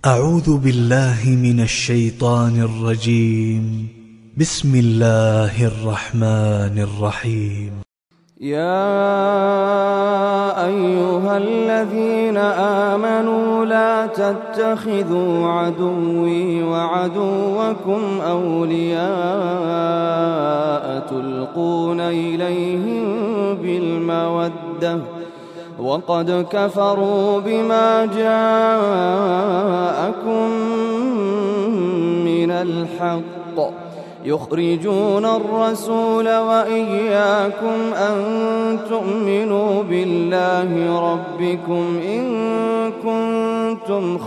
أعوذ بالله من الشيطان الرجيم. بسم الله الرحمن الرحيم. يا أيها الذين آمنوا لا تتخذوا عدوي وعدوكم أولياء تلقون إليهم بالمودة وقد كفروا بما جاءكم من الحق يخرجون الرسول وإياكم أن تؤمنوا بالله ربكم إن كنتم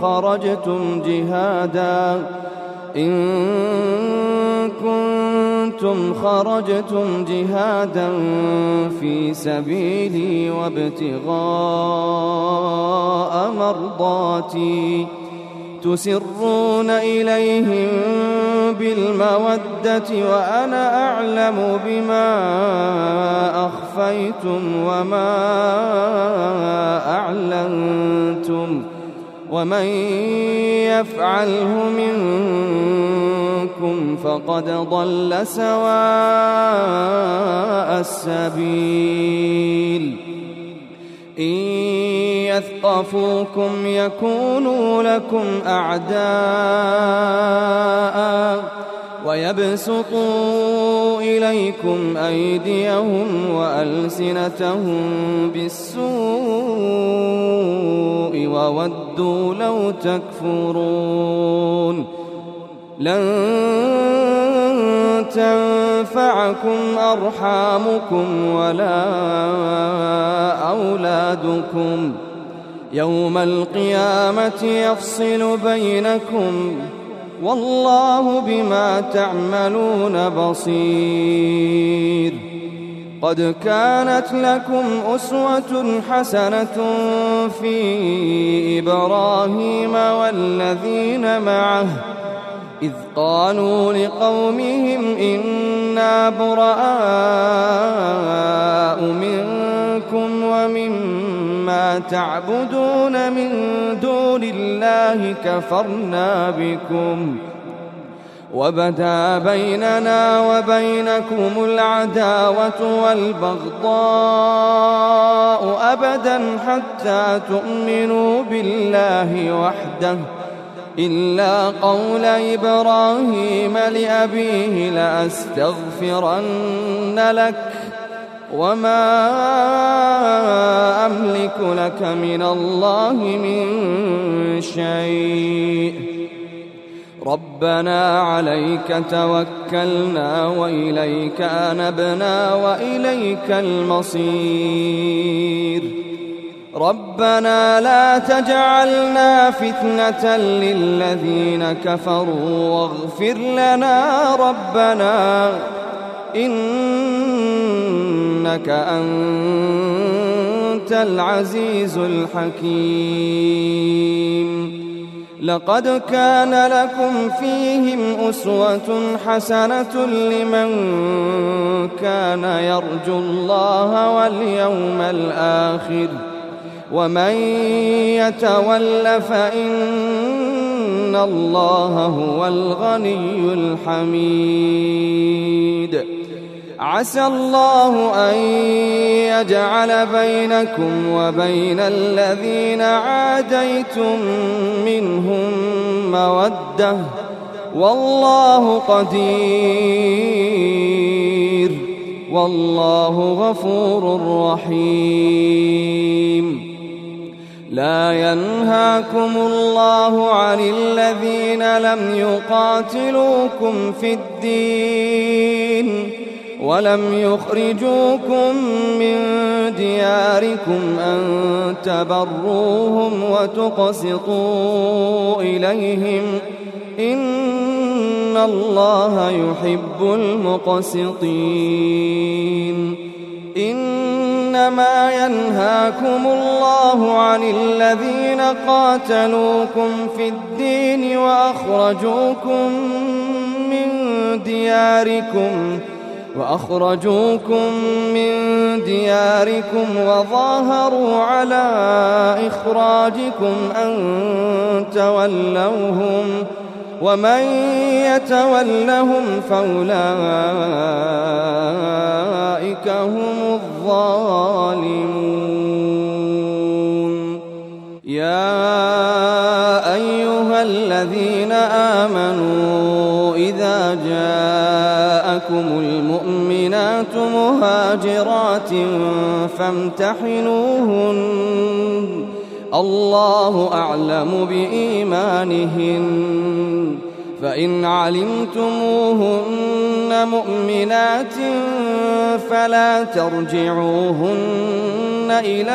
خرجتم جهادا في سبيلي وابتغاء مرضاتي تسرون إليهم بالمودة وأنا أعلم بما أخفيتم وما أعلنتم ومن يفعله منكم فقد ضل سواء السبيل. إن يثقفوكم يكونوا لكم أعداء ويبسطوا إليكم أيديهم وألسنتهم بالسوء وودوا لو تكفرون. لن تنفعكم أرحامكم ولا أولادكم يوم القيامة يفصل بينكم والله بما تعملون بصير. قد كانت لكم أسوة حسنة في إبراهيم والذين معه إذ قالوا لقومهم إنا براء منكم ومما تعبدون من دون الله كفرنا بكم وبدا بيننا وبينكم العداوة والبغضاء أبدا حتى تؤمنوا بالله وحده إلا قول إبراهيم لأبيه لأستغفرن لك وما أملك لك من الله من شيء ربنا عليك توكلنا وإليك أنبنا وإليك المصير. ربنا لا تجعلنا فتنة للذين كفروا واغفر لنا ربنا إنك أنت العزيز الحكيم. لقد كان لكم فيهم أسوة حسنة لمن كان يرجو الله واليوم الآخر ومن يتول فإن الله هو الغني الحميد. عسى الله أن يجعل بينكم وبين الذين عاديتم منهم مودة والله قدير والله غفور رحيم. لا ينهاكم الله عن الذين لم يقاتلوكم في الدين ولم يخرجوكم من دياركم أن تبروهم وتقسطوا إليهم إن الله يحب المقسطين. إنما ينهاكم الله عن الذين قاتلوكم في الدين وأخرجوكم من دياركم وأخرجوكم من دياركم وظاهروا على إخراجكم أن تولوهم ومن يتولهم فأولئك هم الظالمون. يا أيها الذين آمنوا إذا جاءكم المؤمنات مهاجرات فامتحنوهن الله أعلم بإيمانهن فإن علمتموهن مؤمنات فلا ترجعوهن إلى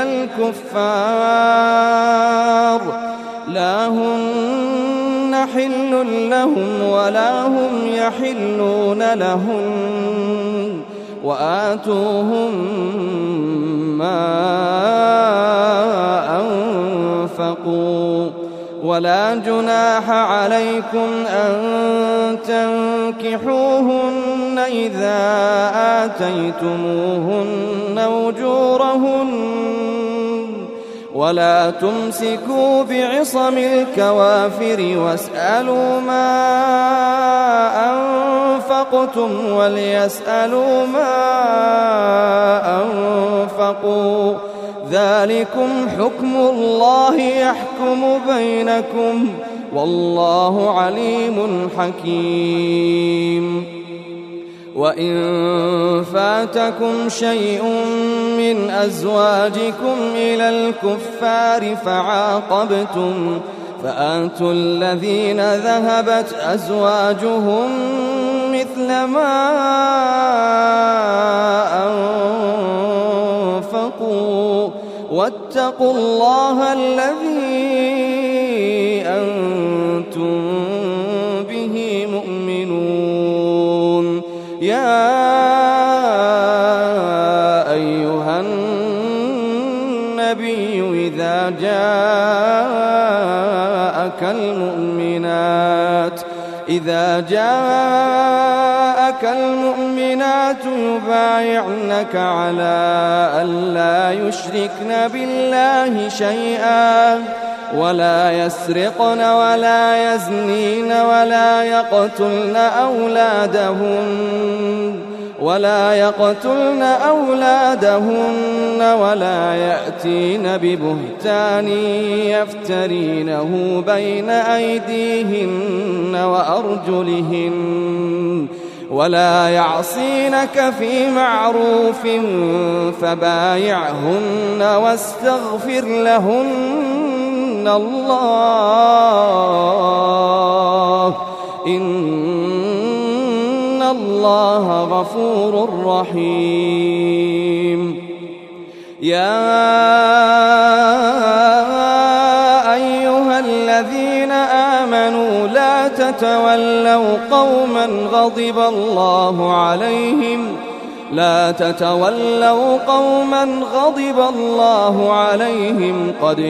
الكفار لا هن حل لهم ولا هم يحلون لهن وآتوهم ما أنفقوا ولا جناح عليكم أن تنكحوهن إذا آتيتموهن أجورهن ولا تمسكوا بعصم الكوافر واسألوا ما أنفقتم وليسألوا ما أنفقوا ذلكم حكم الله يحكم بينكم والله عليم حكيم. وإن فاتكم شيء من أزواجكم إلى الكفار فعاقبتم فآتوا الذين ذهبت أزواجهم مثل ما أنفقوا واتقوا الله الذي أنتم به مؤمنون. يا أيها النبي إذا جاءك المؤمنات يبايعنك على ألا يشركن بالله شيئا ولا يسرقن ولا يزنين ولا يقتلن أولادهن ولا يأتين ببهتان يفترينه بين أيديهن وأرجلهن ولا يعصينك في معروف فبايعهن واستغفر لهن الله إن الله غفور رحيم. يا أيها الذين آمنوا لا تتولوا قوما غضب الله عليهم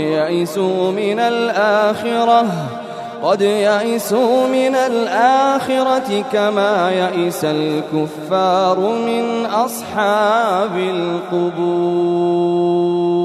قد يئسوا من الآخرة كما يئس الكفار من أصحاب القبور.